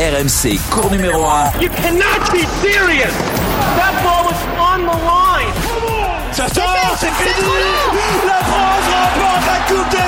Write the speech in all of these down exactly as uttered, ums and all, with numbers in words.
R M C, cours numéro un. You cannot be serious. That ball was on the line. Ça sort, c'est fini. La France remporte la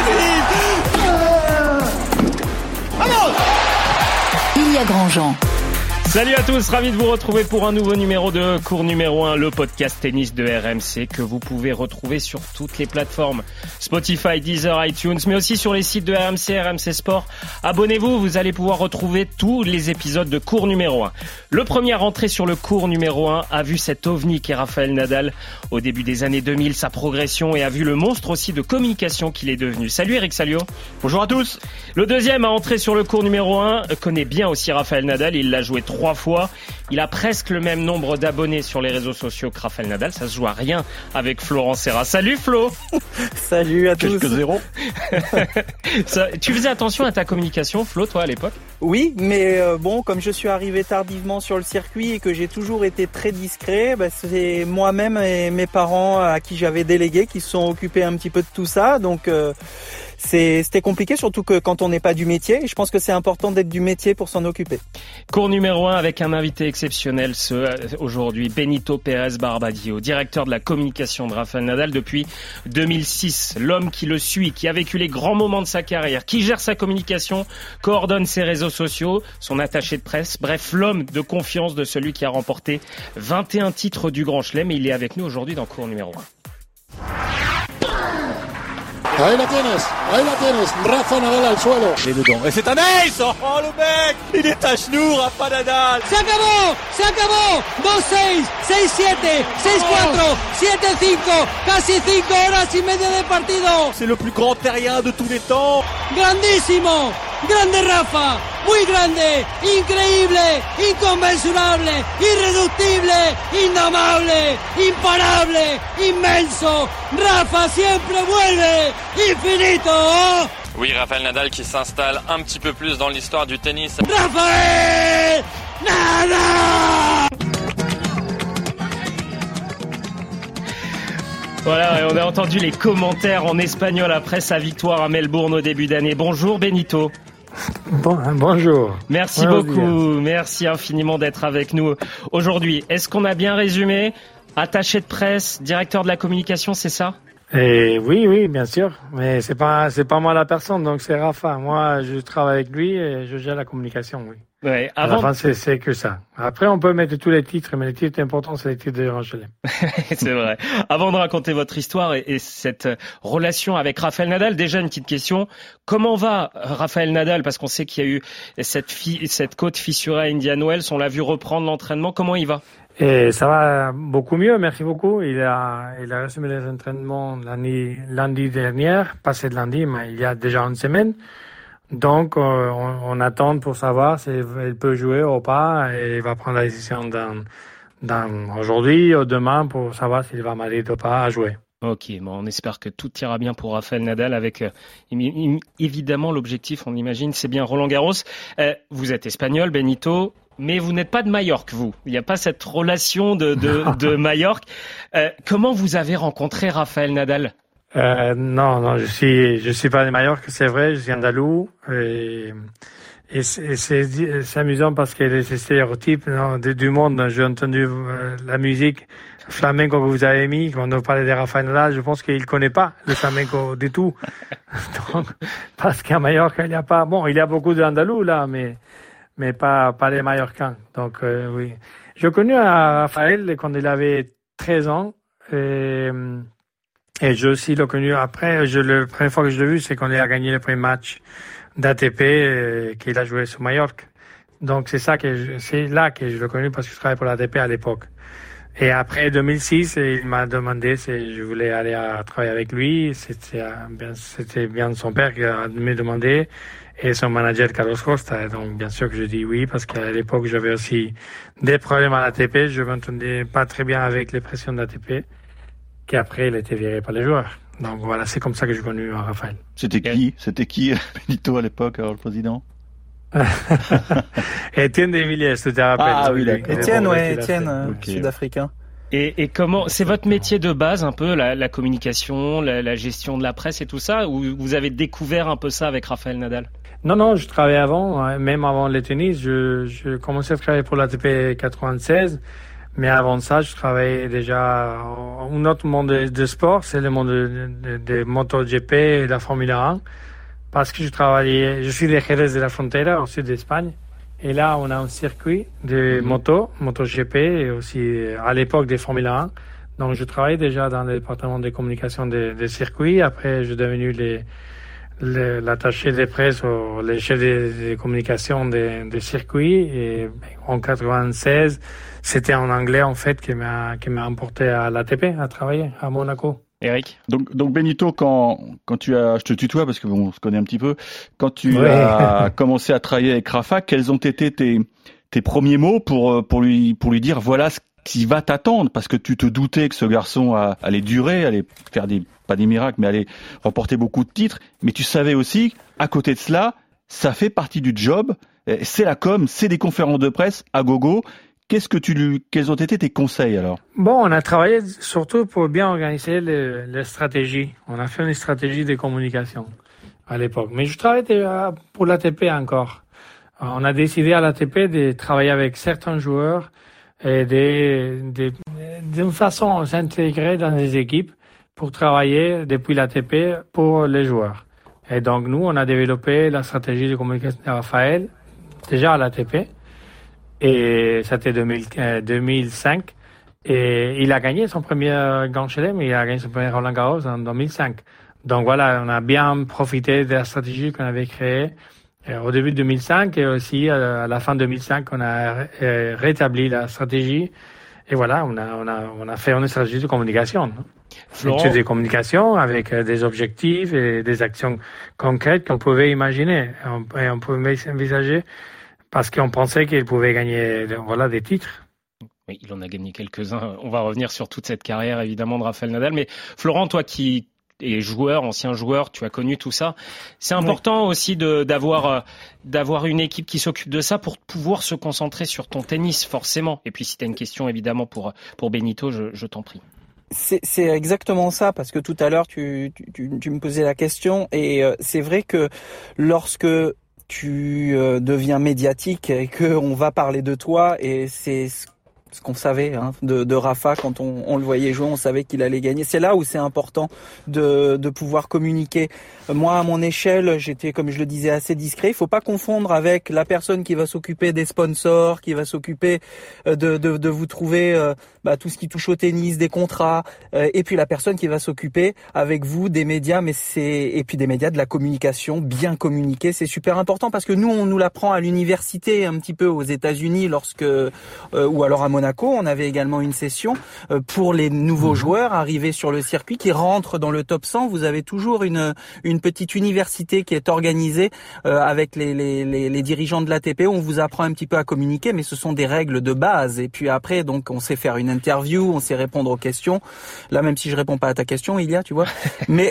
Coupe Davis. Vamos. Ilia Grandjean. Salut à tous, ravi de vous retrouver pour un nouveau numéro de cours numéro un, le podcast tennis de R M C que vous pouvez retrouver sur toutes les plateformes Spotify, Deezer, iTunes, mais aussi sur les sites de R M C, R M C Sport. Abonnez-vous, vous allez pouvoir retrouver tous les épisodes de cours numéro un. Le premier entrée sur le cours numéro un a vu cet ovni qu'est Rafael Nadal au début des années deux mille, sa progression, et a vu le monstre aussi de communication qu'il est devenu. Salut Eric Salio. Bonjour à tous. Le deuxième à entrer sur le cours numéro un connaît bien aussi Rafael Nadal, il l'a joué trois fois. Il a presque le même nombre d'abonnés sur les réseaux sociaux que Rafael Nadal. Ça se joue à rien avec Florent Serra. Salut Flo. Salut à tous. Quelques zéros. Ça, tu faisais attention à ta communication, Flo, toi, à l'époque ? Oui, mais euh, bon, comme je suis arrivé tardivement sur le circuit et que j'ai toujours été très discret, bah, c'est moi-même et mes parents à qui j'avais délégué qui se sont occupés un petit peu de tout ça. Donc euh, c'est, c'était compliqué, surtout que quand on n'est pas du métier. Et je pense que c'est important d'être du métier pour s'en occuper. Cours numéro un avec un invité exceptionnel ce, euh, aujourd'hui, Benito Pérez Barbadio, directeur de la communication de Rafael Nadal depuis deux mille six. L'homme qui le suit, qui a vécu les grands moments de sa carrière, qui gère sa communication, coordonne ses réseaux sociaux, son attaché de presse, bref, l'homme de confiance de celui qui a remporté vingt et un titres du Grand Chelem, et il est avec nous aujourd'hui dans cours numéro un. Ahí la tienes, ahí la tienes, Rafa Nadal al suelo. Il est dedans. Et c'est un ace. Oh le mec, il est à genoux, Rafa Nadal. Se acabó, se acabó. dos seis, seis siete, seis cuatro, siete cinco, casi cinco horas y media de partido. C'est le plus grand terrien de tous les temps. Grandísimo, grande Rafa, muy grande, increíble, inconmensurable, irreductible, indomable, imparable, inmenso. Rafa siempre vuelve, infinito. Oui, Rafael Nadal qui s'installe un petit peu plus dans l'histoire du tennis. Rafael Nadal. Voilà, et on a entendu les commentaires en espagnol après sa victoire à Melbourne au début d'année. Bonjour Benito. Bon, bonjour. Merci Bonjour beaucoup, bien. Merci infiniment d'être avec nous aujourd'hui. Est-ce qu'on a bien résumé ? Attaché de presse, directeur de la communication, c'est ça ? Et oui, oui, bien sûr. Mais c'est pas, c'est pas moi la personne, donc c'est Rafa. Moi, je travaille avec lui et je gère la communication, oui. Ouais, avant... À la fin, c'est, de... c'est que ça. Après, on peut mettre tous les titres, mais les titres importants, c'est les titres de Grand Chelem. C'est vrai. Avant de raconter votre histoire et, et cette relation avec Rafael Nadal, déjà une petite question. Comment va Rafael Nadal ? Parce qu'on sait qu'il y a eu cette, fi... cette côte fissurée à Indian Wells. On l'a vu reprendre l'entraînement. Comment il va ? Et ça va beaucoup mieux, merci beaucoup. Il a, il a résumé les entraînements lundi, lundi dernier, pas ce lundi, mais il y a déjà une semaine. Donc, euh, on, on attend pour savoir s'il peut jouer ou pas, et il va prendre la décision dans, dans aujourd'hui ou demain pour savoir s'il va m'aider ou pas à jouer. Ok, bon, on espère que tout ira bien pour Rafael Nadal avec euh, évidemment l'objectif, on imagine, c'est bien Roland Garros. Euh, vous êtes espagnol, Benito. Mais vous n'êtes pas de Majorque, vous. Il n'y a pas cette relation de, de, de Majorque. Euh, comment vous avez rencontré Rafael Nadal ? euh, Non, non, je suis, je suis pas de Majorque, c'est vrai. Je suis andalou. Et, et c'est, c'est, c'est amusant parce que les stéréotypes non, de, du monde. J'ai entendu euh, la musique flamenco que vous avez mis quand on parlait de Rafael Nadal. Je pense qu'il connaît pas le flamenco du tout. Donc, parce qu'à Majorque, il n'y a pas. Bon, il y a beaucoup d'andalous là, mais. mais pas, pas les Mallorcains. Donc, euh, oui. J'ai connu Rafael quand il avait treize ans, et, et je aussi l'ai connu après. Je, la première fois que je l'ai vu, c'est quand il a gagné le premier match d'A T P, et qu'il a joué sur Majorque. Donc, c'est ça que je, c'est là que je l'ai connu parce que je travaillais pour l'A T P à l'époque. Et après deux mille six, il m'a demandé si je voulais aller à travailler avec lui. C'était bien, c'était bien son père qui a me demandé. Et son manager Carlos Costa. Donc, bien sûr que je dis oui, parce qu'à l'époque, j'avais aussi des problèmes à l'A T P. Je m'entendais pas très bien avec les pressions de l'A T P, qu'après, il était viré par les joueurs. Donc, voilà, c'est comme ça que j'ai connu Rafael. C'était qui? C'était qui, Benito, à l'époque, alors, le président? Étienne de Villiers, tu te rappelles? Ah oui, d'accord. Étienne, ouais, Étienne, euh, okay. Sud-africain. Et, et comment, c'est votre métier de base un peu, la, la communication, la, la gestion de la presse et tout ça, ou vous avez découvert un peu ça avec Rafael Nadal? Non, non, je travaillais avant, même avant le tennis. Je, je commençais à travailler pour l'A T P quatre-vingt-seize, mais avant ça, je travaillais déjà un autre monde de, de sport, c'est le monde de, de, de MotoGP et de la Formule un, parce que je travaillais, je suis de Jerez de la Frontera, au sud d'Espagne, et là, on a un circuit de moto, MotoGP, et aussi à l'époque des Formule un. Donc, je travaillais déjà dans le département de communication des de circuits. Après, je suis devenu les Le, l'attaché de presse, au, le chef de, de communication des de circuits. Et en quatre-vingt-seize, c'était en anglais en fait qui m'a qui m'a emporté à l'A T P à travailler à Monaco. Eric. Donc, donc Benito, quand quand tu as, je te tutoie parce que bon, on se connaît un petit peu. Quand tu ouais. as commencé à travailler avec Rafa, quels ont été tes tes premiers mots pour pour lui pour lui dire voilà ce qui va t'attendre, parce que tu te doutais que ce garçon allait durer, allait faire des pas des miracles, mais allait remporter beaucoup de titres. Mais tu savais aussi, à côté de cela, ça fait partie du job. C'est la com, c'est des conférences de presse à gogo. Qu'est-ce que tu lui, quels ont été tes conseils alors? Bon, on a travaillé surtout pour bien organiser les, les stratégies. On a fait une stratégie de communication à l'époque. Mais je travaillais pour l'A T P encore. On a décidé à l'A T P de travailler avec certains joueurs et de, de, d'une façon s'intégrer dans les équipes pour travailler depuis l'A T P pour les joueurs. Et donc, nous, on a développé la stratégie de communication de Rafael, déjà à l'A T P. Et c'était deux mille, euh, deux mille cinq. Et il a gagné son premier Grand Chelem, il a gagné son premier Roland Garros en deux mille cinq. Donc voilà, on a bien profité de la stratégie qu'on avait créée au début de deux mille cinq et aussi à la fin de deux mille cinq, on a rétabli la stratégie. Et voilà, on a, on a, on a fait une stratégie de communication. Une stratégie de communication avec des objectifs et des actions concrètes qu'on pouvait imaginer. Et on pouvait envisager parce qu'on pensait qu'il pouvait gagner, voilà, des titres. Oui, il en a gagné quelques-uns. On va revenir sur toute cette carrière, évidemment, de Rafael Nadal. Mais Florent, toi qui es joueur, ancien joueur, tu as connu tout ça. C'est important oui. aussi de, d'avoir, d'avoir une équipe qui s'occupe de ça pour pouvoir se concentrer sur ton tennis, forcément. Et puis, si tu as une question, évidemment, pour, pour Benito, je, je t'en prie. C'est, c'est exactement ça, parce que tout à l'heure, tu, tu, tu me posais la question. Et euh, c'est vrai que lorsque tu euh, deviens médiatique et qu'on va parler de toi, et c'est ce qu'on savait hein, de, de Rafa quand on, on le voyait jouer, on savait qu'il allait gagner. C'est là où c'est important de, de pouvoir communiquer. Moi, à mon échelle, j'étais, comme je le disais, assez discret. Il faut pas confondre avec la personne qui va s'occuper des sponsors, qui va s'occuper de, de, de vous trouver euh, bah, tout ce qui touche au tennis, des contrats, euh, et puis la personne qui va s'occuper avec vous des médias, mais c'est et puis des médias, de la communication, bien communiquer, c'est super important parce que nous, on nous l'apprend à l'université, un petit peu aux États-Unis, lorsque euh, ou alors à Monaco. On avait également une session pour les nouveaux joueurs arrivés sur le circuit qui rentrent dans le top cent. Vous avez toujours une une petite université qui est organisée euh, avec les, les les les dirigeants de l'A T P. On vous apprend un petit peu à communiquer, mais ce sont des règles de base. Et puis après, donc, on sait faire une interview, on sait répondre aux questions. Là, même si je réponds pas à ta question, Ilia, tu vois. Mais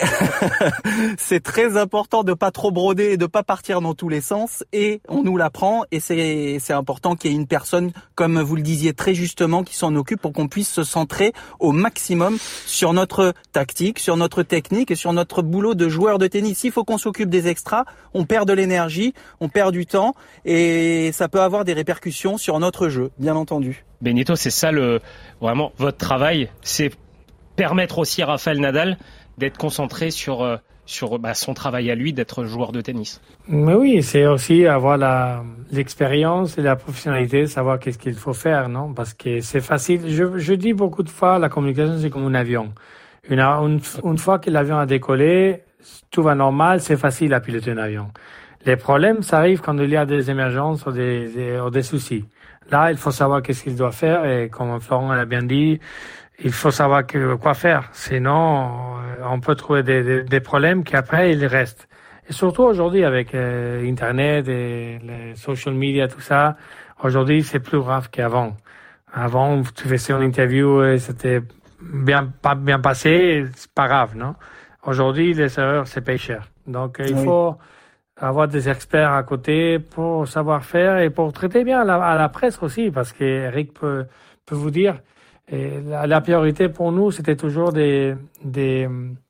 c'est très important de pas trop broder et de pas partir dans tous les sens. Et on nous l'apprend. Et c'est c'est important qu'il y ait une personne, comme vous le disiez très justement, qui s'en occupe pour qu'on puisse se centrer au maximum sur notre tactique, sur notre technique et sur notre boulot de joueur de tennis. S'il faut qu'on s'occupe des extras, on perd de l'énergie, on perd du temps et ça peut avoir des répercussions sur notre jeu, bien entendu. Benito, c'est ça le vraiment votre travail, c'est permettre aussi à Rafael Nadal d'être concentré sur euh, sur bah, son travail à lui, d'être joueur de tennis. Mais oui, c'est aussi avoir la, l'expérience et la professionnalité, savoir qu'est-ce qu'il faut faire, non? Parce que c'est facile. Je, je dis beaucoup de fois, la communication, c'est comme un avion. Une, une, une fois que l'avion a décollé, tout va normal, c'est facile à piloter un avion. Les problèmes, ça arrive quand il y a des émergences ou des, des, ou des soucis. Là, il faut savoir qu'est-ce qu'il doit faire et comme Florent l'a bien dit, il faut savoir que, quoi faire. Sinon, on peut trouver des, des, des problèmes qui après, ils restent. Et surtout aujourd'hui, avec euh, Internet et les social media, tout ça, aujourd'hui, c'est plus grave qu'avant. Avant, tu faisais une interview et c'était bien, pas bien passé, c'est pas grave, non? Aujourd'hui, les erreurs, c'est paye cher. Donc, il oui. faut avoir des experts à côté pour savoir faire et pour traiter bien à la, à la presse aussi, parce que Eric peut, peut vous dire, Et la, la priorité pour nous, c'était toujours des, des,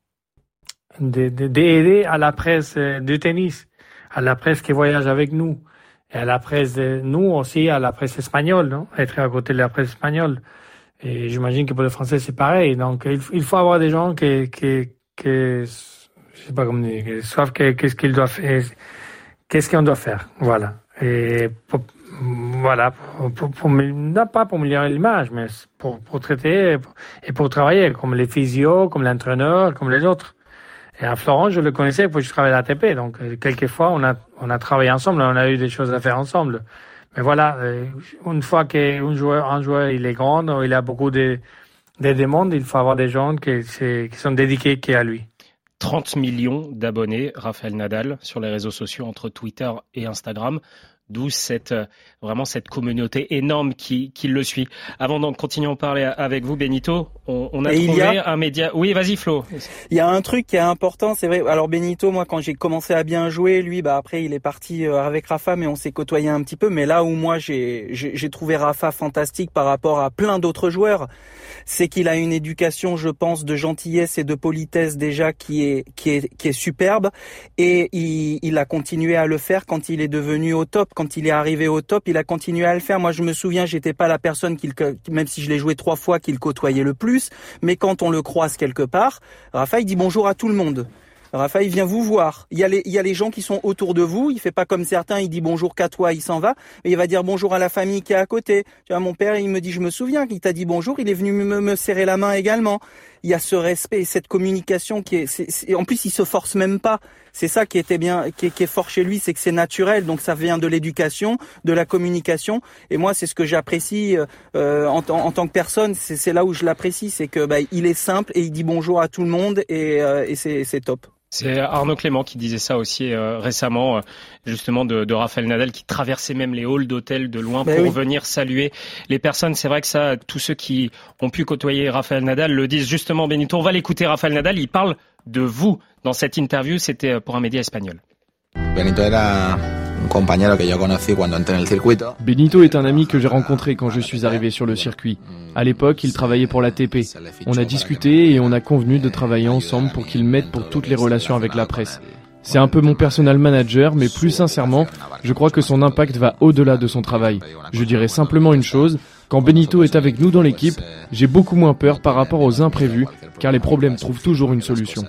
des, des, d'aider à la presse du tennis, à la presse qui voyage avec nous, et à la presse, de, nous aussi, à la presse espagnole, non? Être à côté de la presse espagnole. Et j'imagine que pour les Français, c'est pareil. Donc, il, il faut avoir des gens qui, qui, qui, je sais pas comment dire, qui savent qu'est-ce qu'ils doivent faire, qu'est-ce qu'on doit faire. Voilà. Et pour, voilà, pour, pour, pour, non pas pour améliorer l'image, mais pour, pour traiter et pour travailler, comme les physios, comme l'entraîneur, comme les autres. Et à Florence, je le connaissais parce que je travaillais à l'A T P. Donc, quelquefois, on a, on a travaillé ensemble, on a eu des choses à faire ensemble. Mais voilà, une fois qu'un joueur, un joueur, il est grand, il a beaucoup de, de demandes, il faut avoir des gens qui, qui sont dédiés qui à lui. trente millions d'abonnés, Rafael Nadal, sur les réseaux sociaux entre Twitter et Instagram. D'où cette, vraiment cette communauté énorme qui, qui le suit. Avant d'en continuer à en parler avec vous, Benito, on, on a et trouvé a... un média... Oui, vas-y Flo. Il y a un truc qui est important, c'est vrai. Alors Benito, moi quand j'ai commencé à bien jouer, lui, bah après il est parti avec Rafa, mais on s'est côtoyé un petit peu. Mais là où moi j'ai, j'ai, j'ai trouvé Rafa fantastique par rapport à plein d'autres joueurs, c'est qu'il a une éducation, je pense, de gentillesse et de politesse déjà qui est, qui est, qui est superbe. Et il, il a continué à le faire quand il est devenu au top. Quand il est arrivé au top, il a continué à le faire. Moi, je me souviens, j'étais pas la personne qu'il, même si je l'ai joué trois fois, qu'il côtoyait le plus. Mais quand on le croise quelque part, Rafa, il dit bonjour à tout le monde. Rafa, il vient vous voir. Il y a les, il y a les gens qui sont autour de vous. Il fait pas comme certains, il dit bonjour qu'à toi, il s'en va. Mais il va dire bonjour à la famille qui est à côté. Tu vois, mon père, il me dit, je me souviens qu'il t'a dit bonjour, il est venu me, me serrer la main également. Il y a ce respect et cette communication qui est, c'est, c'est, en plus, il se force même pas. C'est ça qui était bien, qui est, qui est fort chez lui, c'est que c'est naturel. Donc ça vient de l'éducation, de la communication. Et moi, c'est ce que j'apprécie euh, en, en, en tant que personne. C'est, c'est là où je l'apprécie, c'est que bah, il est simple et il dit bonjour à tout le monde et, euh, et c'est, c'est top. C'est Arnaud Clément qui disait ça aussi euh, récemment, euh, justement de, de Rafael Nadal, qui traversait même les halls d'hôtels de loin ben pour oui. venir saluer les personnes. C'est vrai que ça, tous ceux qui ont pu côtoyer Rafael Nadal le disent justement. Benito, on va l'écouter. Rafael Nadal, il parle de vous dans cette interview. C'était pour un média espagnol. Benito era un compañero que yo conocí cuando entré en el circuito. Benito est un ami que j'ai rencontré quand je suis arrivé sur le circuit. À l'époque, il travaillait pour l'A T P. On a discuté et on a convenu de travailler ensemble pour qu'il m'aide pour toutes les relations avec la presse. C'est un peu mon personal manager, mais plus sincèrement, je crois que son impact va au-delà de son travail. Je dirais simplement une chose, quand Benito est avec nous dans l'équipe, j'ai beaucoup moins peur par rapport aux imprévus, car les problèmes trouvent toujours une solution.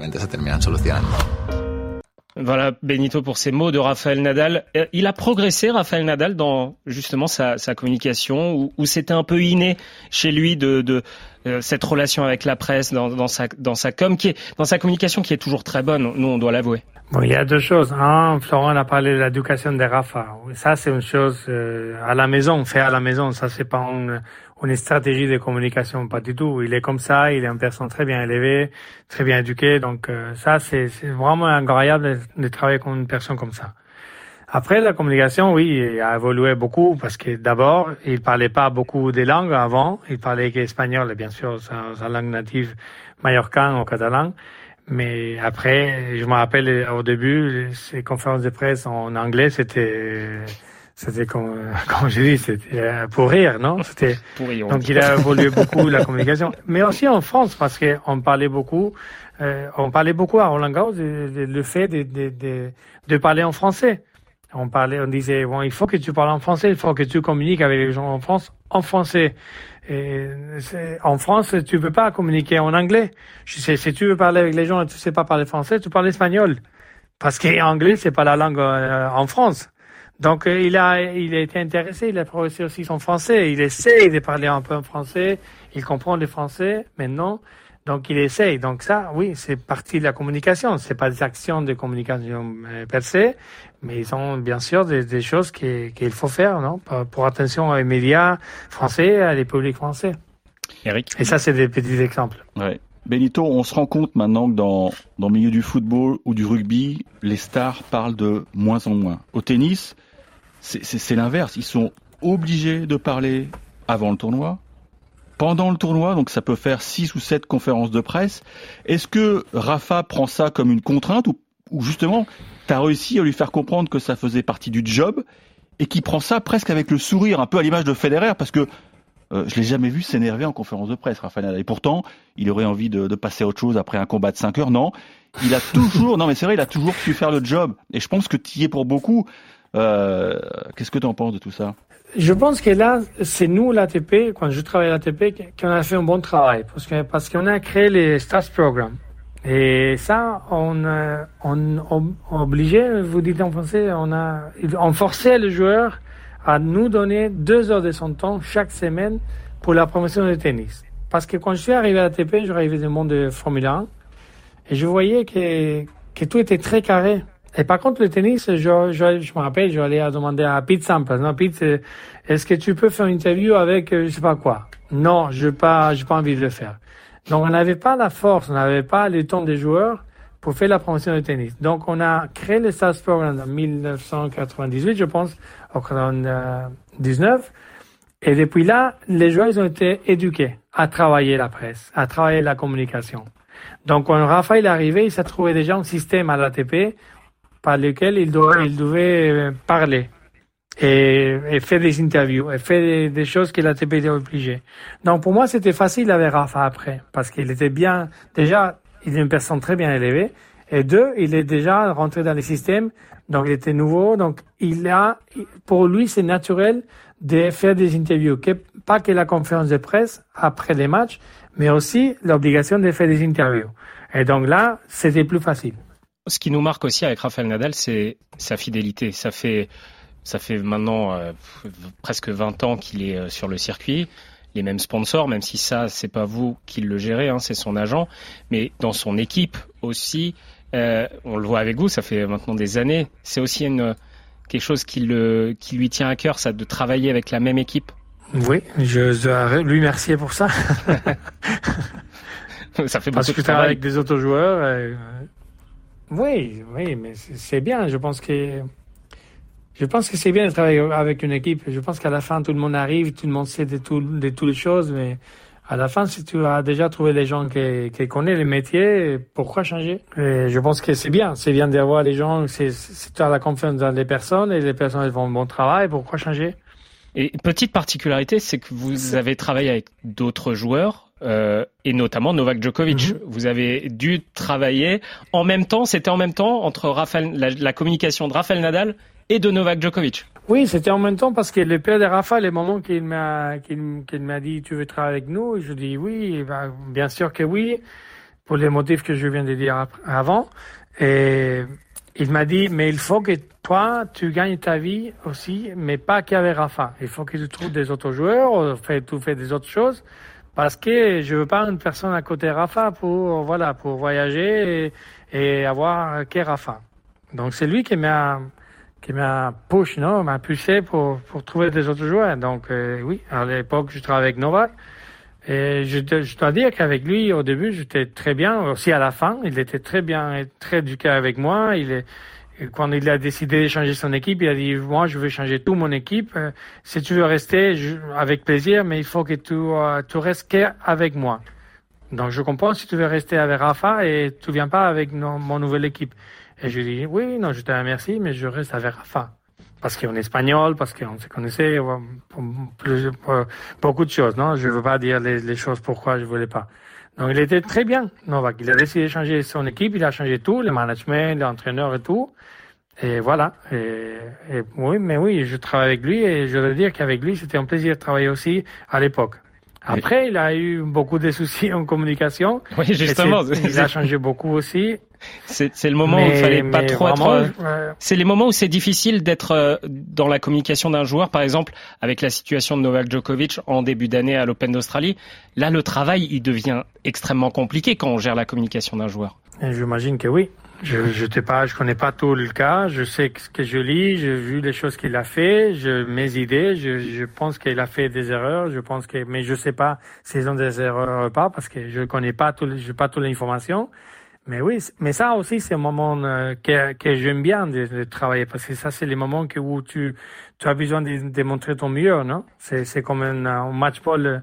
Voilà, Benito, pour ces mots de Rafael Nadal. Il a progressé, Rafael Nadal, dans justement sa, sa communication, où, où c'était un peu inné chez lui de, de euh, cette relation avec la presse, dans, dans sa dans sa com, qui est dans sa communication, qui est toujours très bonne. Nous, on doit l'avouer. Bon, il y a deux choses. Un, Florent a parlé de l'éducation de Rafa. Ça, c'est une chose euh, à la maison, fait à la maison. Ça, c'est pas une, une stratégie de communication, pas du tout. Il est comme ça, il est une personne très bien élevée, très bien éduquée. Donc euh, ça, c'est, c'est vraiment incroyable de, de travailler avec une personne comme ça. Après, la communication, oui, il a évolué beaucoup parce que d'abord, il parlait pas beaucoup des langues avant. Il parlait qu'espagnol, et bien sûr, sa, sa langue native, mallorquin ou catalan. Mais après, je me rappelle au début, ces conférences de presse en anglais, c'était, c'était comme, comme je dis, c'était pour rire, non? C'était, pour rire, donc il a évolué beaucoup la communication. Mais aussi en France, parce qu'on parlait beaucoup, euh, on parlait beaucoup à Roland Garros le fait de, de, de, de parler en français. On parlait, on disait, bon, il faut que tu parles en français, il faut que tu communiques avec les gens en France en français. Et en France, tu peux pas communiquer en anglais. Je sais, si tu veux parler avec les gens et tu sais pas parler français, tu parles espagnol. Parce qu'anglais, c'est pas la langue euh, en France. Donc, euh, il a, il a été intéressé, il a progressé aussi son français. Il essaie de parler un peu en français. Il comprend le français maintenant. Donc, il essaye. Donc, ça, oui, c'est partie de la communication. C'est pas des actions de communication euh, per se, mais ils ont bien sûr des, des choses qu'il, qu'il faut faire, non? Pour, pour attention aux médias français, à les publics français. Eric. Et ça, c'est des petits exemples. Ouais. Benito, on se rend compte maintenant que dans, dans le milieu du football ou du rugby, les stars parlent de moins en moins. Au tennis, c'est, c'est, c'est l'inverse. Ils sont obligés de parler avant le tournoi, pendant le tournoi, donc ça peut faire six ou sept conférences de presse. Est-ce que Rafa prend ça comme une contrainte ou, ou justement, t'as réussi à lui faire comprendre que ça faisait partie du job et qu'il prend ça presque avec le sourire, un peu à l'image de Federer, parce que Euh, je l'ai jamais vu s'énerver en conférence de presse, Rafael Nadal. Et pourtant, il aurait envie de, de passer à autre chose après un combat de cinq heures. Non, il a toujours, non mais c'est vrai, il a toujours su faire le job. Et je pense que tu y es pour beaucoup. Euh, qu'est-ce que tu en penses de tout ça? Je pense que là, c'est nous, l'A T P, quand je travaille à l'A T P, qu'on a fait un bon travail. Parce que, parce qu'on a créé les Stars Programmes. Et ça, on, on, on, on obligeait, vous dites en français, on a, on forçait les joueurs à nous donner deux heures de son temps chaque semaine pour la promotion du tennis. Parce que quand je suis arrivé à l'A T P, je suis arrivé du monde de Formule un, et je voyais que, que tout était très carré. Et par contre, le tennis, je, je, je me rappelle, je allais demander à Pete Sampras, non, Pete, est-ce que tu peux faire une interview avec, je sais pas quoi? Non, je n'ai pas, j'ai pas envie de le faire. Donc, on n'avait pas la force, on n'avait pas le temps des joueurs pour faire la promotion du tennis. Donc, on a créé le Stars Program en dix-neuf cent quatre-vingt-dix-huit, je pense, en quatre-vingt-dix-neuf. Et depuis là, les joueurs, ils ont été éduqués à travailler la presse, à travailler la communication. Donc, quand Raphaël est arrivé, il s'est trouvé déjà un système à l'A T P par lequel il devait, il devait parler et, et faire des interviews et faire des, des choses que l'A T P était obligé. Donc, pour moi, c'était facile avec Rafa après, parce qu'il était bien, déjà, il est une personne très bien élevée, et deux, il est déjà rentré dans les systèmes, donc il était nouveau, donc il a, pour lui, c'est naturel de faire des interviews, que, pas que la conférence de presse après les matchs, mais aussi l'obligation de faire des interviews. Et donc là, c'était plus facile. Ce qui nous marque aussi avec Rafael Nadal, c'est sa fidélité. Ça fait, ça fait maintenant euh, presque vingt ans qu'il est euh, sur le circuit. Les mêmes sponsors, même si ça, c'est pas vous qui le gérez, hein, c'est son agent. Mais dans son équipe aussi, euh, on le voit avec vous, ça fait maintenant des années. C'est aussi une, quelque chose qui, le, qui lui tient à cœur, ça, de travailler avec la même équipe. Oui, je dois lui remercier pour ça. Ça fait beaucoup Parce de que travail. avec des autres joueurs. Euh, oui, oui, mais c'est bien. Je pense que je pense que c'est bien de travailler avec une équipe. Je pense qu'à la fin, tout le monde arrive, tout le monde sait de, tout, de toutes les choses, mais à la fin, si tu as déjà trouvé les gens qui, qui connaissent le métier, pourquoi changer? Et je pense que c'est bien. C'est bien d'avoir les gens, si tu as la confiance dans les personnes et les personnes elles font un bon travail, pourquoi changer? Et petite particularité, c'est que vous avez travaillé avec d'autres joueurs, euh, et notamment Novak Djokovic. Mm-hmm. Vous avez dû travailler en même temps, c'était en même temps entre Rafael, la, la communication de Rafael Nadal et de Novak Djokovic. Oui, c'était en même temps parce que le père de Rafa, le moment qu'il m'a, qu'il, qu'il m'a dit tu veux travailler avec nous, je dis oui, ben, bien sûr que oui, pour les motifs que je viens de dire avant. Et il m'a dit mais il faut que toi tu gagnes ta vie aussi, mais pas qu'avec Rafa. Il faut que tu trouves des autres joueurs, fais, tu fais des autres choses. Parce que je veux pas une personne à côté de Rafa pour, voilà, pour voyager et, et avoir que Rafa. Donc c'est lui qui m'a, qui m'a push, non, m'a poussé pour, pour trouver des autres joueurs. Donc, euh, oui, à l'époque, je travaillais avec Novak. Et je, je dois dire qu'avec lui, au début, j'étais très bien. Aussi à la fin, il était très bien et très éduqué avec moi. Il est, quand il a décidé de changer son équipe, il a dit, moi, je veux changer toute mon équipe. Euh, si tu veux rester, je, avec plaisir, mais il faut que tu, euh, tu restes qu'avec moi. Donc, je comprends si tu veux rester avec Rafa et tu viens pas avec no, mon nouvelle équipe. Et je lui dis, oui, non, je te remercie, mais je reste avec Rafa. Parce qu'on est espagnol, parce qu'on se connaissait, pour, plus, pour beaucoup de choses, non? Je veux pas dire les, les choses pourquoi je voulais pas. Donc, il était très bien, Novak. Il a décidé de changer son équipe, il a changé tout, le management, l'entraîneur et tout. Et voilà. Et, et oui, mais oui, je travaille avec lui et je veux dire qu'avec lui, c'était un plaisir de travailler aussi à l'époque. Après, il a eu beaucoup de soucis en communication. Oui, justement. Il a changé beaucoup aussi. C'est, c'est le moment mais, où il fallait pas trop vraiment, être. Euh... C'est les moments où c'est difficile d'être euh, dans la communication d'un joueur. Par exemple, avec la situation de Novak Djokovic en début d'année à l'Open d'Australie. Là, le travail, il devient extrêmement compliqué quand on gère la communication d'un joueur. Et j'imagine que oui. Je, je t'ai pas, je connais pas tout le cas. Je sais ce que je lis. J'ai vu les choses qu'il a fait. Je, mes idées. Je, je pense qu'il a fait des erreurs. Je pense que, mais je sais pas s'ils ont des erreurs ou pas parce que je connais pas tout, j'ai pas toute l'information. Mais oui, mais ça aussi, c'est un moment euh, que, que j'aime bien de, de travailler parce que ça, c'est les moments que, où tu, tu as besoin de, de montrer ton meilleur, non? C'est, c'est comme un, un match pour le,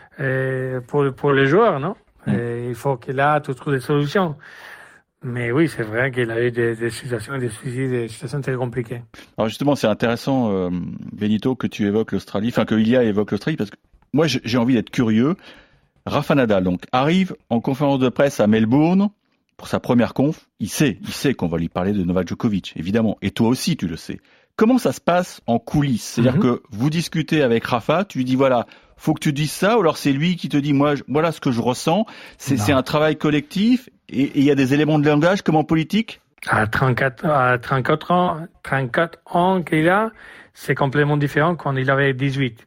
euh, pour, pour les joueurs, non? Mm. Et il faut que là, tu trouves des solutions. Mais oui, c'est vrai qu'il a eu des, des situations, des suicides, des situations très compliquées. Alors justement, c'est intéressant, euh, Benito, que tu évoques l'Australie, enfin que Ilia évoque l'Australie, parce que moi, j'ai envie d'être curieux. Rafa Nadal, donc, arrive en conférence de presse à Melbourne pour sa première conf. Il sait, il sait qu'on va lui parler de Novak Djokovic, évidemment. Et toi aussi, tu le sais. Comment ça se passe en coulisses? C'est-à-dire mm-hmm. que vous discutez avec Rafa, tu lui dis voilà, faut que tu dises ça, ou alors c'est lui qui te dit moi, voilà ce que je ressens. C'est, c'est un travail collectif et il y a des éléments de langage comme en politique. À trente-quatre, à trente-quatre ans, trente-quatre ans qu'il a, c'est complètement différent quand il avait dix-huit.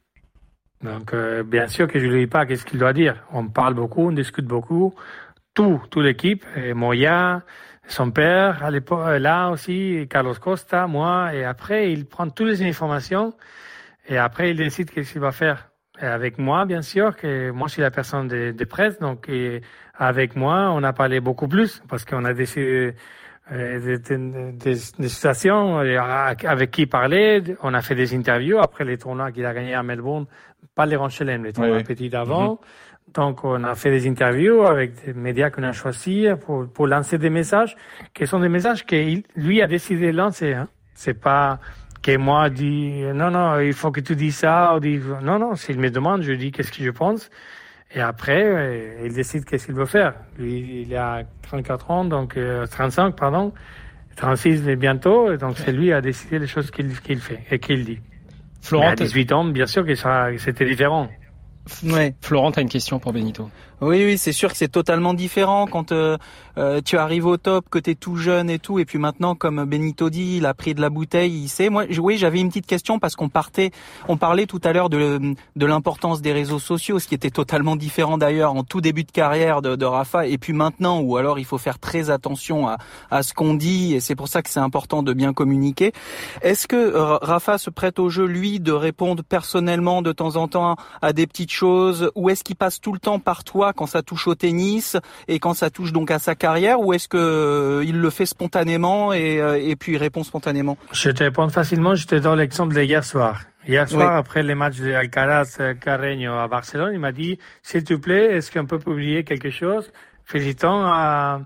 Donc, euh, bien sûr que je lui dis pas qu'est-ce qu'il doit dire. On parle beaucoup, on discute beaucoup. Tout, toute l'équipe, et Moya, son père, à l'époque, là aussi, Carlos Costa, moi, et après, il prend toutes les informations, et après, il décide qu'est-ce qu'il va faire. Et avec moi, bien sûr, que moi, je suis la personne de, de presse, donc, et avec moi, on a parlé beaucoup plus, parce qu'on a décidé, euh, des, des, des situations avec qui parler, on a fait des interviews après les tournois qu'il a gagnés à Melbourne, pas les Grand Chelem, les tournois oui. petits d'avant. Mm-hmm. Donc, on a fait des interviews avec des médias qu'on a choisis pour, pour lancer des messages qui sont des messages que lui a décidé de lancer. Hein. C'est pas que moi dis non, non, il faut que tu dis ça. Ou dis, non, non, s'il me demande, je dis qu'est-ce que je pense. Et après, il décide qu'est-ce qu'il veut faire. Lui, il a trente-quatre ans, donc euh, trente-cinq, pardon, trente-six bientôt. Et donc, c'est lui qui a décidé les choses qu'il, qu'il fait et qu'il dit. Florent, à dix-huit ans, bien sûr que ça, c'était différent. Ouais. Florent, t'as une question pour Benito? Oui, oui, c'est sûr que c'est totalement différent quand euh, euh, tu arrives au top, que t'es tout jeune et tout, et puis maintenant, comme Benito dit, il a pris de la bouteille, il sait. Moi, oui, j'avais une petite question parce qu'on partait, on parlait tout à l'heure de de l'importance des réseaux sociaux, ce qui était totalement différent d'ailleurs en tout début de carrière de, de Rafa, et puis maintenant, où alors il faut faire très attention à à ce qu'on dit, et c'est pour ça que c'est important de bien communiquer. Est-ce que euh, Rafa se prête au jeu, lui, de répondre personnellement de temps en temps à des petites choses, ou est-ce qu'il passe tout le temps par toi quand ça touche au tennis et quand ça touche donc à sa carrière, ou est-ce que euh, il le fait spontanément et, euh, et puis il répond spontanément? Je te réponds facilement, je te donne l'exemple de hier soir. Hier soir, oui. Après les matchs de Alcaraz Carreño à Barcelone, il m'a dit s'il te plaît, est-ce qu'on peut publier quelque chose félicitant à,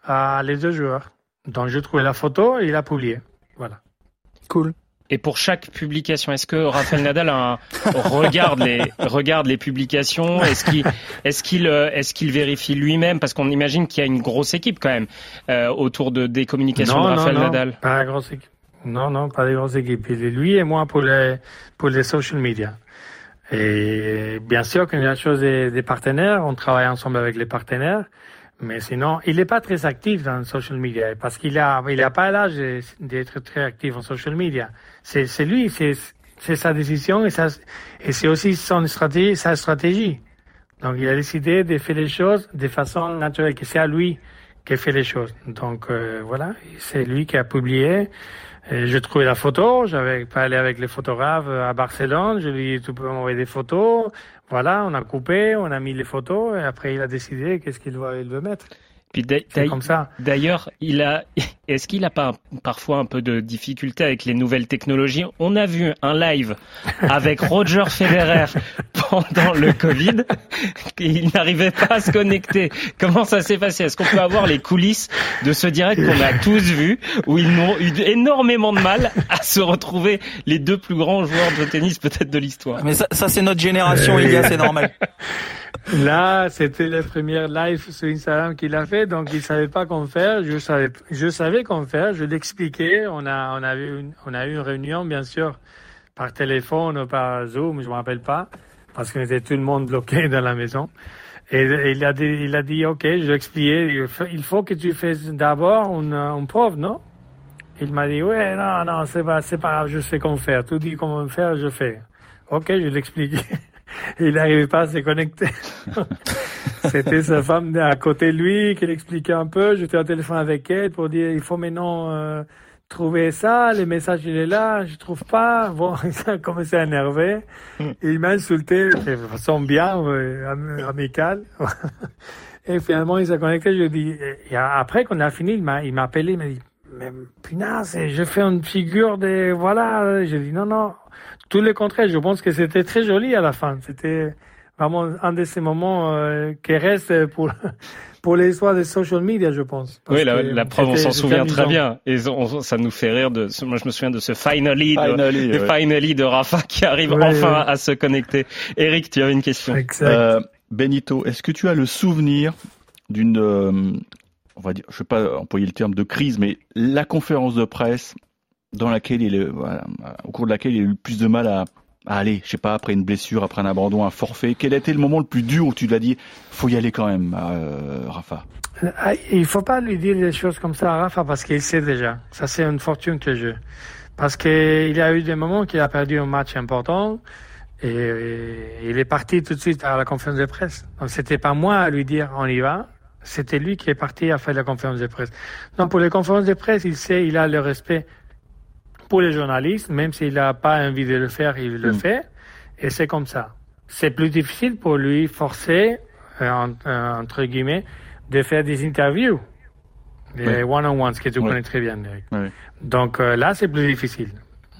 à les deux joueurs. Donc je trouvais la photo et il a publié. Voilà. Cool. Et pour chaque publication, est-ce que Rafael Nadal a un, regarde les regarde les publications? Est-ce qu'il est-ce qu'il est-ce qu'il vérifie lui-même, parce qu'on imagine qu'il y a une grosse équipe quand même euh, autour de des communications non, de Rafael non, Nadal. Non, pas une grosse équipe. Non, non, pas de grosse équipe. Il est lui et moi pour les pour les social media. Et bien sûr qu'il y a la chose des, des partenaires, on travaille ensemble avec les partenaires. Mais sinon, il n'est pas très actif dans le social media parce qu'il a, il n'a pas l'âge d'être très actif en social media. C'est, c'est lui, c'est, c'est sa décision et, ça, et c'est aussi son stratégie, sa stratégie. Donc, il a décidé de faire les choses de façon naturelle, que c'est à lui qui fait les choses. Donc, euh, voilà, c'est lui qui a publié. Et je trouvais la photo, j'avais parlé avec les photographes à Barcelone, je lui ai dit, tu peux m'envoyer des photos. Voilà, on a coupé, on a mis les photos, et après il a décidé qu'est-ce qu'il veut, il veut mettre. Puis c'est comme ça. D'ailleurs, il a, est-ce qu'il a pas parfois un peu de difficulté avec les nouvelles technologies? On a vu un live avec Roger Federer pendant le Covid, et il n'arrivait pas à se connecter. Comment ça s'est passé? Est-ce qu'on peut avoir les coulisses de ce direct qu'on a tous vu, où ils n'ont eu énormément de mal à se retrouver, les deux plus grands joueurs de tennis peut-être de l'histoire? Mais ça, ça c'est notre génération, Ilya, c'est normal. Là, c'était la première live sur Instagram qu'il a fait, donc il savait pas comment faire. Je savais, je savais comment faire. Je l'expliquais. On a, on a eu, une, on a eu une réunion, bien sûr, par téléphone ou par Zoom, je me rappelle pas, parce qu'on était tout le monde bloqué dans la maison. Et, et il a dit, il a dit, ok, je lui ai expliqué, il faut que tu fasses d'abord une, une preuve, non? Il m'a dit, ouais, non, non, c'est pas, c'est pas grave, je sais comment faire. Tout dit comment faire, je fais. Ok, je lui ai expliqué. Il n'arrivait pas à se connecter. C'était sa femme à côté de lui qui l'expliquait un peu. J'étais au téléphone avec elle pour dire il faut maintenant euh, trouver ça. Les messages, il est là, je trouve pas. Bon, ça a commencé à énerver. Il m'a insulté de façon bien euh, amicale. Et finalement, il s'est connecté. Je lui ai dit, et après qu'on a fini, il m'a, il m'a appelé, il m'a dit mais punaise, je fais une figure de voilà. J'ai dit non, non. Tout le contraire, je pense que c'était très joli à la fin. C'était vraiment un de ces moments euh, qui restent pour pour l'histoire des social media, je pense. Oui, la, la preuve, on s'en souvient très bien. Et on, ça nous fait rire. De, moi, je me souviens de ce finally, finally, de, ouais. finally de Rafa qui arrive ouais, enfin ouais. à se connecter. Eric, tu avais une question. Exact. Euh, Benito, est-ce que tu as le souvenir d'une, euh, on va dire, je ne vais pas employer le terme de crise, mais la conférence de presse dans laquelle il est, voilà, au cours de laquelle il a eu le plus de mal à à aller, je sais pas, après une blessure, après un abandon, un forfait. Quel a été le moment le plus dur où tu l'as dit, faut y aller quand même, euh, Rafa? Il faut pas lui dire des choses comme ça à Rafa parce qu'il sait déjà. Ça, c'est une fortune que je. Parce qu'il y a eu des moments qu'il a perdu un match important et, et il est parti tout de suite à la conférence de presse. Donc, c'était pas moi à lui dire on y va. C'était lui qui est parti à faire la conférence de presse. Donc, pour les conférences de presse, il sait, il a le respect pour les journalistes, même s'il n'a pas envie de le faire, il le mmh. fait. Et c'est comme ça. C'est plus difficile pour lui forcer, euh, entre guillemets, de faire des interviews, des oui. one-on-ones que tu oui. connais très bien. Oui. Donc euh, là, c'est plus difficile.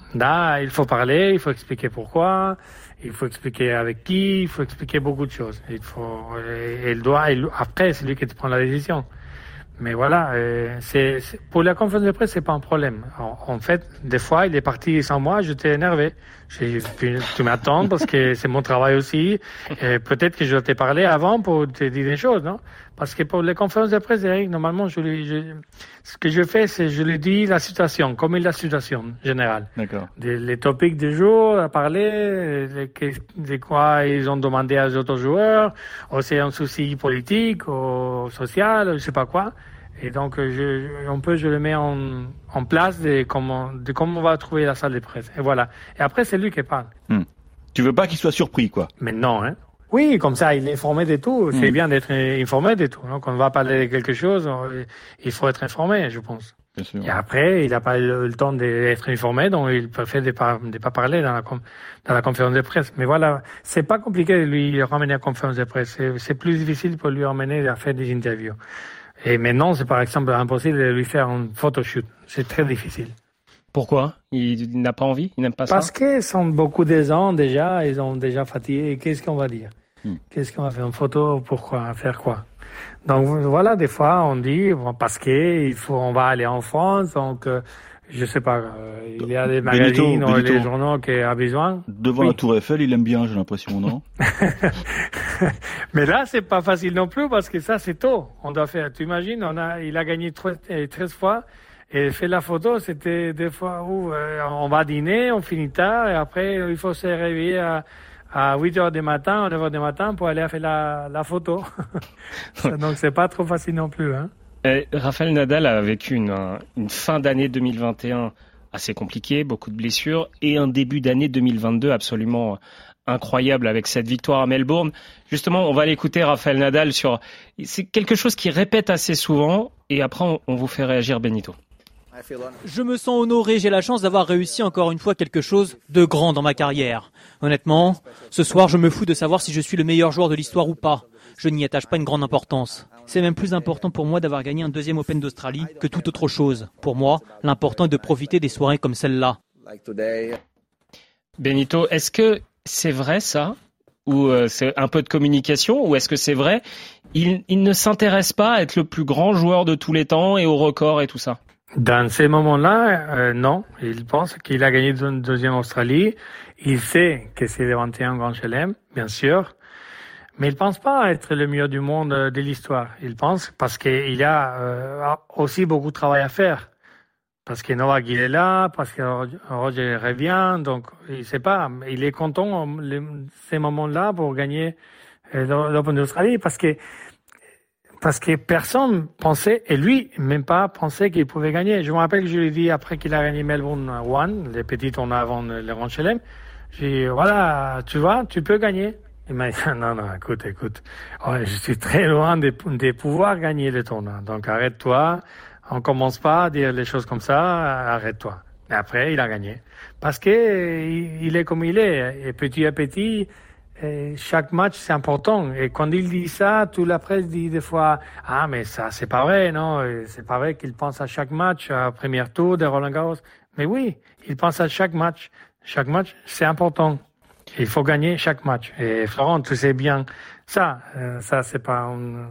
Là, il faut parler, il faut expliquer pourquoi, il faut expliquer avec qui, il faut expliquer beaucoup de choses. Il faut, et, il doit, il, après, c'est lui qui prend la décision. Mais voilà, euh, c'est, c'est pour la conférence de presse, c'est pas un problème. En, en fait, des fois, il est parti sans moi, j'étais énervé. J'ai pu, tu m'attends parce que c'est mon travail aussi. Et peut-être que je dois te parler avant pour te dire des choses, non? Parce que pour les conférences de presse, Eric, normalement, je lui, je, ce que je fais, c'est je lui dis la situation, comme est la situation générale. D'accord. Des, les topics du jour à parler, les, de quoi ils ont demandé aux autres joueurs, ou c'est un souci politique, ou social, je sais pas quoi. Et donc, je, un peu, je le mets en, en place de comment, de comment on va trouver la salle de presse. Et voilà. Et après, c'est lui qui parle. Hmm. Tu veux pas qu'il soit surpris, quoi? Mais non, hein. Oui, comme ça, il est informé de tout. Hmm. C'est bien d'être informé de tout. Donc, on va parler de quelque chose, il faut être informé, je pense. Bien sûr. Et après, il n'a pas le, le temps d'être informé, donc il préfère de pas, de pas parler dans la, dans la conférence de presse. Mais voilà, c'est pas compliqué de lui ramener à la conférence de presse. C'est, c'est plus difficile pour lui ramener à faire des interviews. Et maintenant, c'est par exemple impossible de lui faire un photoshoot. C'est très difficile. Pourquoi? Il n'a pas envie? Il n'aime pas ça? Parce qu'ils sont beaucoup des ans déjà, ils ont déjà fatigué. Qu'est-ce qu'on va dire? hmm. Qu'est-ce qu'on va faire? Une photo? Pourquoi? Faire quoi? Donc voilà, des fois, on dit, bon, parce qu'il faut, on va aller en France, donc, euh, je sais pas, euh, il y a des magazines ou des journaux qui ont besoin. Devant oui. la Tour Eiffel, il aime bien, j'ai l'impression, non? Mais là, c'est pas facile non plus parce que ça, c'est tôt. On doit faire, tu imagines, on a, il a gagné treize fois et fait la photo, c'était des fois où euh, on va dîner, on finit tard et après, il faut se réveiller à, à huit heures du matin, neuf heures du matin pour aller faire la, la photo. Donc, c'est pas trop facile non plus, hein. Et Rafael Nadal a vécu une, une fin d'année deux mille vingt et un assez compliquée, beaucoup de blessures, et un début d'année deux mille vingt-deux absolument incroyable avec cette victoire à Melbourne. Justement, on va l'écouter, Rafael Nadal, sur... C'est quelque chose qu'il répète assez souvent, et après on, on vous fait réagir, Benito. Je me sens honoré, j'ai la chance d'avoir réussi encore une fois quelque chose de grand dans ma carrière. Honnêtement, ce soir je me fous de savoir si je suis le meilleur joueur de l'histoire ou pas. Je n'y attache pas une grande importance. C'est même plus important pour moi d'avoir gagné un deuxième Open d'Australie que toute autre chose. Pour moi, l'important est de profiter des soirées comme celle-là. Benito, est-ce que c'est vrai ça? Ou euh, c'est un peu de communication? Ou est-ce que c'est vrai? Il, il ne s'intéresse pas à être le plus grand joueur de tous les temps et au record et tout ça? Dans ces moments-là, euh, non. Il pense qu'il a gagné une deuxième Australie. Il sait que c'est le vingt et un Grand Chelem, bien sûr. Mais il pense pas être le meilleur du monde de l'histoire. Il pense parce qu'il y a euh, aussi beaucoup de travail à faire. Parce que Novak il est là, parce que Roger revient, donc il sait pas. Il est content les, ces moments-là pour gagner euh, l'Open d'Australie parce que parce que personne pensait, et lui même pas pensait qu'il pouvait gagner. Je me rappelle que je lui ai dit après qu'il a gagné Melbourne One, les petits tournois avant le Grand Chelem, j'ai dit voilà, tu vois, tu peux gagner. Il m'a dit, non, non, écoute, écoute, ouais, je suis très loin de, de pouvoir gagner le tournoi. Donc arrête-toi, on commence pas à dire les choses comme ça, arrête-toi. Et après, il a gagné. Parce que il est comme il est. Et petit à petit, chaque match, c'est important. Et quand il dit ça, toute la presse dit des fois, ah, mais ça, c'est pas vrai, non? C'est pas vrai qu'il pense à chaque match, à premier tour de Roland Garros. Mais oui, il pense à chaque match. Chaque match, c'est important. Il faut gagner chaque match. Et Florent, tu sais bien ça. Euh, ça, c'est pas un,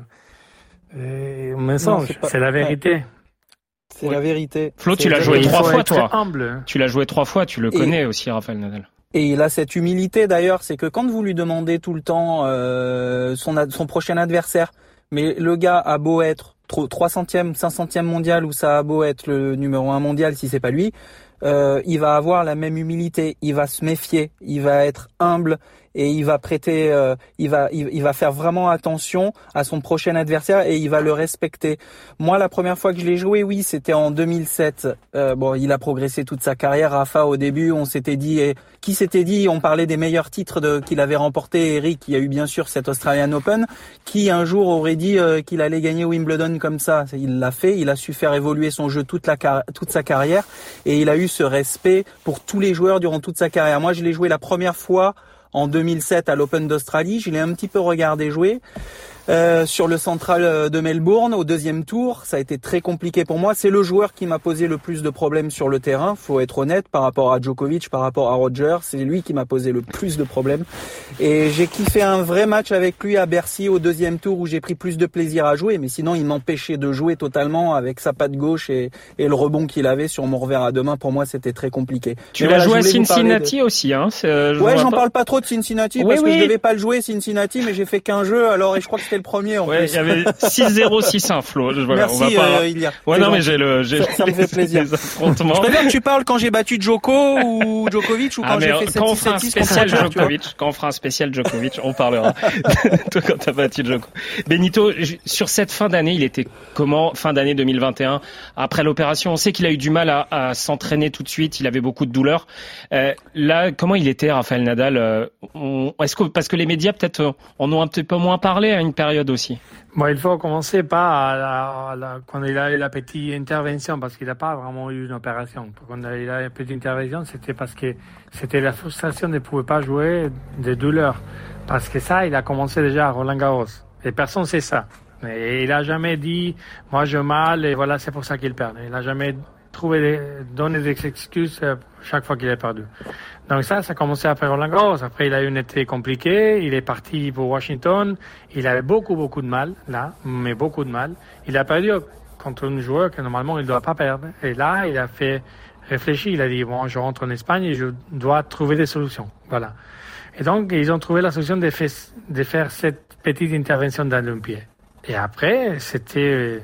un mensonge, non, c'est, pas... c'est la vérité. Ouais. C'est oui. la vérité. Flo, c'est tu l'as joué trois fois, toi. Humble. Tu l'as joué trois fois, tu le et... connais aussi, Rafael Nadal. Et il a cette humilité d'ailleurs, c'est que quand vous lui demandez tout le temps euh, son, ad- son prochain adversaire, mais le gars a beau être trois centième, cinq centième mondial ou ça a beau être le numéro un mondial si c'est pas lui, euh, il va avoir la même humilité, il va se méfier, il va être humble et il va prêter, euh, il va, il, il va faire vraiment attention à son prochain adversaire et il va le respecter. Moi, la première fois que je l'ai joué, oui, c'était en deux mille sept. Euh, bon, il a progressé toute sa carrière. Rafa, au début, on s'était dit, et, qui s'était dit, on parlait des meilleurs titres de, qu'il avait remporté. Eric, il y a eu bien sûr cet Australian Open, qui un jour aurait dit euh, qu'il allait gagner Wimbledon comme ça. Il l'a fait. Il a su faire évoluer son jeu toute la toute sa carrière et il a eu ce respect pour tous les joueurs durant toute sa carrière. Moi, je l'ai joué la première fois en deux mille sept à l'Open d'Australie. Je l'ai un petit peu regardé jouer euh, sur le Central de Melbourne au deuxième tour. Ça a été très compliqué pour moi. C'est le joueur qui m'a posé le plus de problèmes sur le terrain, faut être honnête, par rapport à Djokovic, par rapport à Roger. C'est lui qui m'a posé le plus de problèmes. Et j'ai kiffé un vrai match avec lui à Bercy au deuxième tour où j'ai pris plus de plaisir à jouer. Mais sinon, il m'empêchait de jouer totalement avec sa patte gauche et, et le rebond qu'il avait sur mon revers à deux mains. Pour moi, c'était très compliqué. Tu mais l'as voilà, joué à Cincinnati de... aussi, hein euh, Ouais, j'en pas... parle pas trop de Cincinnati oui, parce oui. que je devais pas le jouer Cincinnati, mais j'ai fait qu'un jeu. Alors, et je crois que c'était le premier en ouais, plus. Il y avait six zéro six un, Flo. Voilà, Merci, on va pas... euh, Ilia. Ouais, non, mais j'ai le, j'ai ça, ça me fait plaisir. Les affrontements. Je préfère que tu parles quand j'ai battu Djoko ou Djokovic ou quand ah, j'ai fait quand on fera un spécial Djokovic, quand on fera un spécial Djokovic, on parlera. Toi, quand t'as battu Djoko. Benito, sur cette fin d'année, il était comment, fin d'année deux mille vingt et un, après l'opération? On sait qu'il a eu du mal à, à s'entraîner tout de suite. Il avait beaucoup de douleurs. Euh, là, comment il était, Rafael Nadal? euh, on, Est-ce que, parce que les médias, peut-être, en ont un petit peu moins parlé à une période aussi? Bon, il faut commencer par à la, à la, quand il a eu la petite intervention, parce qu'il n'a pas vraiment eu une opération. Quand il a eu la petite intervention, c'était parce que c'était la frustration de ne pouvoir pas jouer de douleur. Parce que ça, il a commencé déjà à Roland Garros. Et personne ne sait ça. Et il a jamais dit, moi j'ai mal et voilà, c'est pour ça qu'il perd. Il a jamais trouvé, des, donné des excuses chaque fois qu'il a perdu. Donc ça, ça a commencé après Roland Garros. Après, il a eu une été compliquée. Il est parti pour Washington. Il avait beaucoup, beaucoup de mal, là, mais beaucoup de mal. Il a perdu contre un joueur que normalement, il ne doit pas perdre. Et là, il a fait réfléchir. Il a dit, bon, je rentre en Espagne et je dois trouver des solutions. Voilà. Et donc, ils ont trouvé la solution de faire, de faire cette petite intervention dans le pied. Et après, c'était...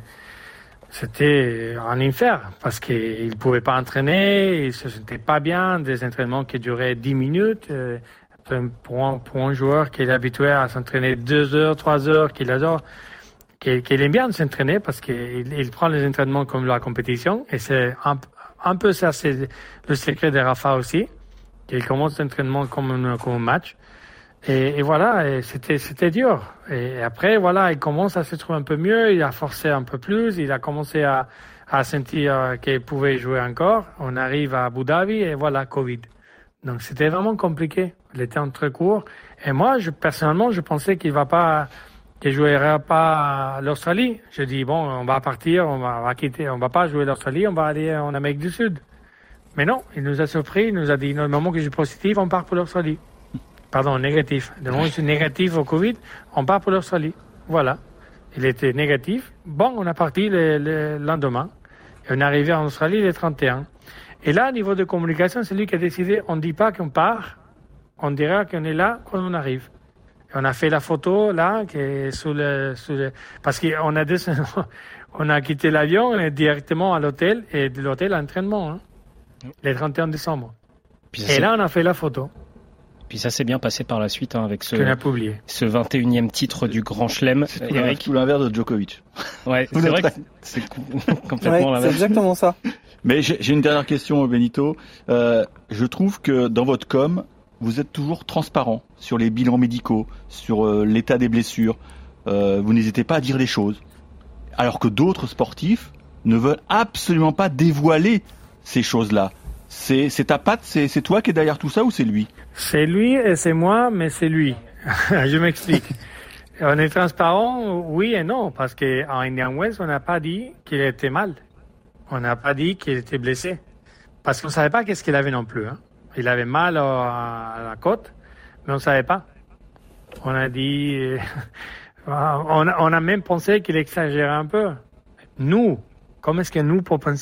C'était un enfer parce qu'il ne pouvait pas entraîner, il ne se sentait pas bien, des entraînements qui duraient dix minutes. Euh, pour, un, pour un joueur qui est habitué à s'entraîner deux heures, trois heures, qu'il adore, qu'il, qu'il aime bien s'entraîner parce qu'il il prend les entraînements comme la compétition. Et c'est un, un peu ça, c'est le secret de Rafa aussi, qu'il commence l'entraînement comme un, comme un match. Et, et voilà, et c'était, c'était dur. Et après, voilà, il commence à se trouver un peu mieux, il a forcé un peu plus, il a commencé à, à sentir qu'il pouvait jouer encore. On arrive à Abu Dhabi et voilà, Covid. Donc c'était vraiment compliqué. Il était en très court. Et moi, je, personnellement, je pensais qu'il va pas, qu'il jouerait pas à l'Australie. Je dis, bon, on va partir, on va, on va quitter, on va pas jouer l'Australie, on va aller en Amérique du Sud. Mais non, il nous a surpris, il nous a dit, non, le moment que je suis positif, on part pour l'Australie. Pardon, négatif. Le moment où je suis négatif au Covid, on part pour l'Australie. Voilà. Il était négatif. Bon, on a parti le, le lendemain. Et on est arrivé en Australie le trente et un. Et là, au niveau de communication, c'est lui qui a décidé, on ne dit pas qu'on part, on dira qu'on est là quand on arrive. Et on a fait la photo là, qui est sous le, sous le, parce qu'on a des, on a quitté l'avion, on est directement à l'hôtel, et de l'hôtel à l'entraînement, hein, le trente et un décembre. Puis et là, on a fait la photo. Puis ça s'est bien passé par la suite, hein, avec ce, ce vingt et unième titre du Grand Chelem. C'est tout, Eric. Tout l'inverse de Djokovic. Ouais, c'est vrai que c'est complètement ouais, l'inverse. C'est exactement ça. Mais j'ai, j'ai une dernière question, Benito. Euh, je trouve que dans votre com, vous êtes toujours transparent sur les bilans médicaux, sur euh, l'état des blessures. Euh, vous n'hésitez pas à dire les choses. Alors que d'autres sportifs ne veulent absolument pas dévoiler ces choses-là. C'est, c'est ta patte, c'est, c'est toi qui es derrière tout ça ou c'est lui? C'est lui et c'est moi, mais c'est lui. Je m'explique. On est transparent, oui et non, parce qu'en Indian Wells, on n'a pas dit qu'il était mal. On n'a pas dit qu'il était blessé. Parce qu'on ne savait pas qu'est-ce qu'il avait non plus. Hein. Il avait mal à la côte, mais on savait pas. On a dit, on a, on a même pensé qu'il exagérait un peu. Nous, comment est-ce que nous,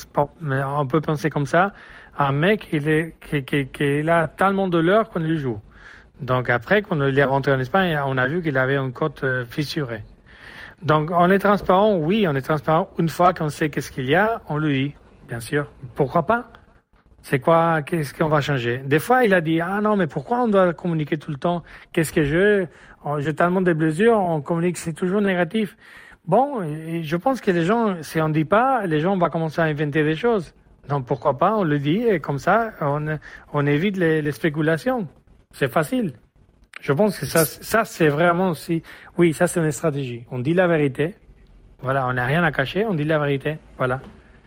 on peut penser comme ça, un mec, il est, qui, qui, qui a tellement de l'heure qu'on lui joue. Donc après, quand il est rentré en Espagne, on a vu qu'il avait une côte fissurée. Donc on est transparent, oui, on est transparent. Une fois qu'on sait qu'est-ce qu'il y a, on lui dit, bien sûr. Pourquoi pas? C'est quoi, qu'est-ce qu'on va changer? Des fois, il a dit, ah non, mais pourquoi on doit communiquer tout le temps? Qu'est-ce que je, j'ai tellement de blessures, on communique, c'est toujours négatif. Bon, et je pense que les gens, si on dit pas, les gens vont commencer à inventer des choses. Donc pourquoi pas, on le dit, et comme ça, on, on évite les, les spéculations. C'est facile. Je pense que ça, ça c'est vraiment aussi, oui, ça c'est une stratégie. On dit la vérité. Voilà, on n'a rien à cacher, on dit la vérité. Voilà.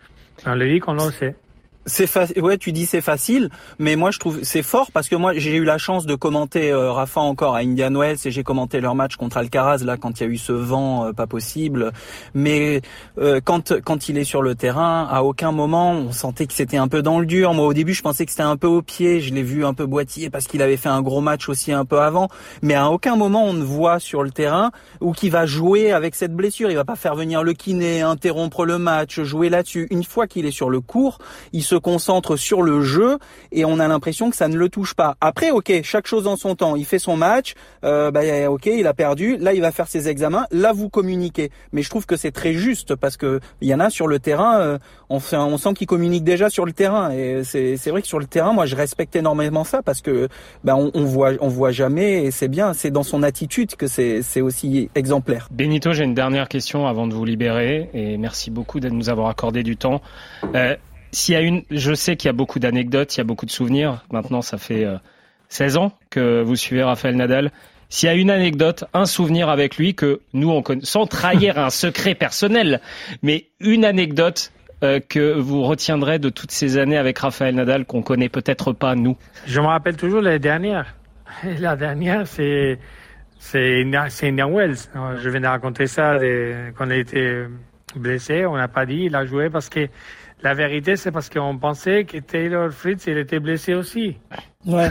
On le dit qu'on le sait. C'est facile. Ouais, tu dis c'est facile, mais moi je trouve c'est fort parce que moi j'ai eu la chance de commenter euh, Rafa encore à Indian Wells et j'ai commenté leur match contre Alcaraz là quand il y a eu ce vent euh, pas possible. Mais euh, quand quand il est sur le terrain, à aucun moment on sentait que c'était un peu dans le dur. Moi au début je pensais que c'était un peu au pied. Je l'ai vu un peu boitiller parce qu'il avait fait un gros match aussi un peu avant. Mais à aucun moment on ne voit sur le terrain où qu'il va jouer avec cette blessure. Il va pas faire venir le kiné, interrompre le match, jouer là-dessus. Une fois qu'il est sur le court, il se concentre sur le jeu et on a l'impression que ça ne le touche pas. Après, ok, chaque chose en son temps. Il fait son match, euh, bah ok, il a perdu. Là, il va faire ses examens. Là, vous communiquez. Mais je trouve que c'est très juste parce que il y en a sur le terrain. Euh, on, fait, on sent qu'ils communiquent déjà sur le terrain. Et c'est, c'est vrai que sur le terrain, moi, je respecte énormément ça parce que bah on, on voit, on voit jamais et c'est bien. C'est dans son attitude que c'est, c'est aussi exemplaire. Benito, j'ai une dernière question avant de vous libérer et merci beaucoup de nous avoir accordé du temps. Euh, S'il y a une, je sais qu'il y a beaucoup d'anecdotes, il y a beaucoup de souvenirs. Maintenant, ça fait euh, seize ans que vous suivez Rafael Nadal. S'il y a une anecdote, un souvenir avec lui que nous on connaît, sans trahir un secret personnel, mais une anecdote euh, que vous retiendrez de toutes ces années avec Rafael Nadal qu'on connaît peut-être pas nous. Je me rappelle toujours la dernière. La dernière, c'est c'est c'est Indian Wells. Je viens de raconter ça de, quand il a été blessé. On n'a pas dit, il a joué parce que la vérité, c'est parce qu'on pensait que Taylor Fritz, il était blessé aussi. Ouais.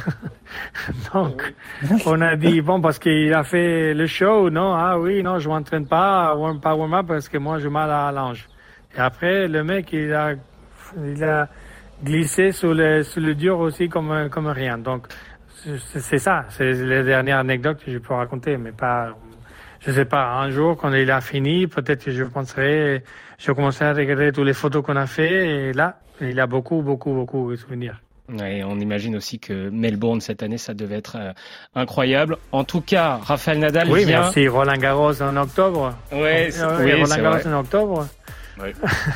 Donc, on a dit, bon, parce qu'il a fait le show, non, ah oui, non, je m'entraîne pas, pas warm-up parce que moi, j'ai mal à la hanche. Et après, le mec, il a, il a glissé sur le, sur le dur aussi comme, comme rien. Donc, c'est, c'est ça, c'est les dernières anecdotes que je peux raconter, mais pas, je sais pas, un jour, quand il a fini, peut-être que je penserai, je commencerai à regarder toutes les photos qu'on a fait, et là, il a beaucoup, beaucoup, beaucoup de souvenirs. Et on imagine aussi que Melbourne cette année, ça devait être euh, incroyable. En tout cas, Rafael Nadal oui, vient... merci. Roland Garros en octobre. Ouais, c'est... Euh, oui, Roland c'est Garros vrai. en octobre. Ouais.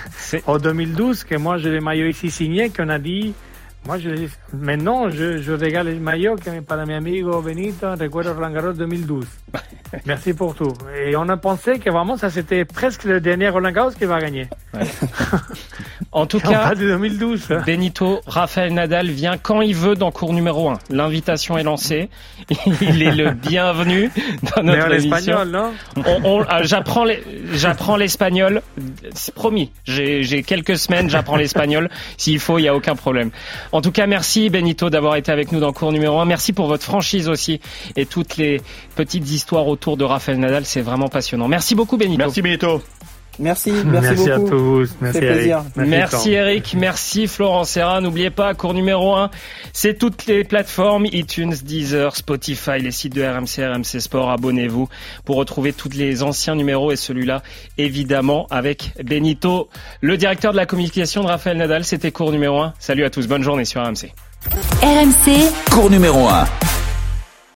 En deux mille douze, que moi j'ai le maillot ici signé, qu'on a dit, moi je maintenant je, je regarde le maillot que para mi amigo Benito, recuerdo Roland Garros deux mille douze. Merci pour tout. Et on a pensé que vraiment ça c'était presque le dernier Roland Garros qui va gagner. Ouais. En tout cas, de deux mille douze. Benito, Rafael Nadal vient quand il veut dans cours numéro un. L'invitation est lancée. Il est le bienvenu dans notre Mais en émission. espagnol, non on, on, ah, j'apprends, les, j'apprends l'espagnol. C'est promis. J'ai, j'ai quelques semaines, j'apprends l'espagnol. S'il faut, il n'y a aucun problème. En tout cas, merci Benito d'avoir été avec nous dans cours numéro un. Merci pour votre franchise aussi et toutes les petites histoires autour de Rafael Nadal. C'est vraiment passionnant. Merci beaucoup Benito. Merci Benito. Merci, merci, merci beaucoup. à tous. Merci C'est Eric. plaisir. Merci, merci Eric, merci Florence Serra. N'oubliez pas, cours numéro un, c'est toutes les plateformes, iTunes, Deezer, Spotify, les sites de R M C, R M C Sport. Abonnez-vous pour retrouver tous les anciens numéros et celui-là, évidemment, avec Benito, le directeur de la communication de Rafael Nadal. C'était cours numéro un. Salut à tous, bonne journée sur R M C. R M C, cours numéro un.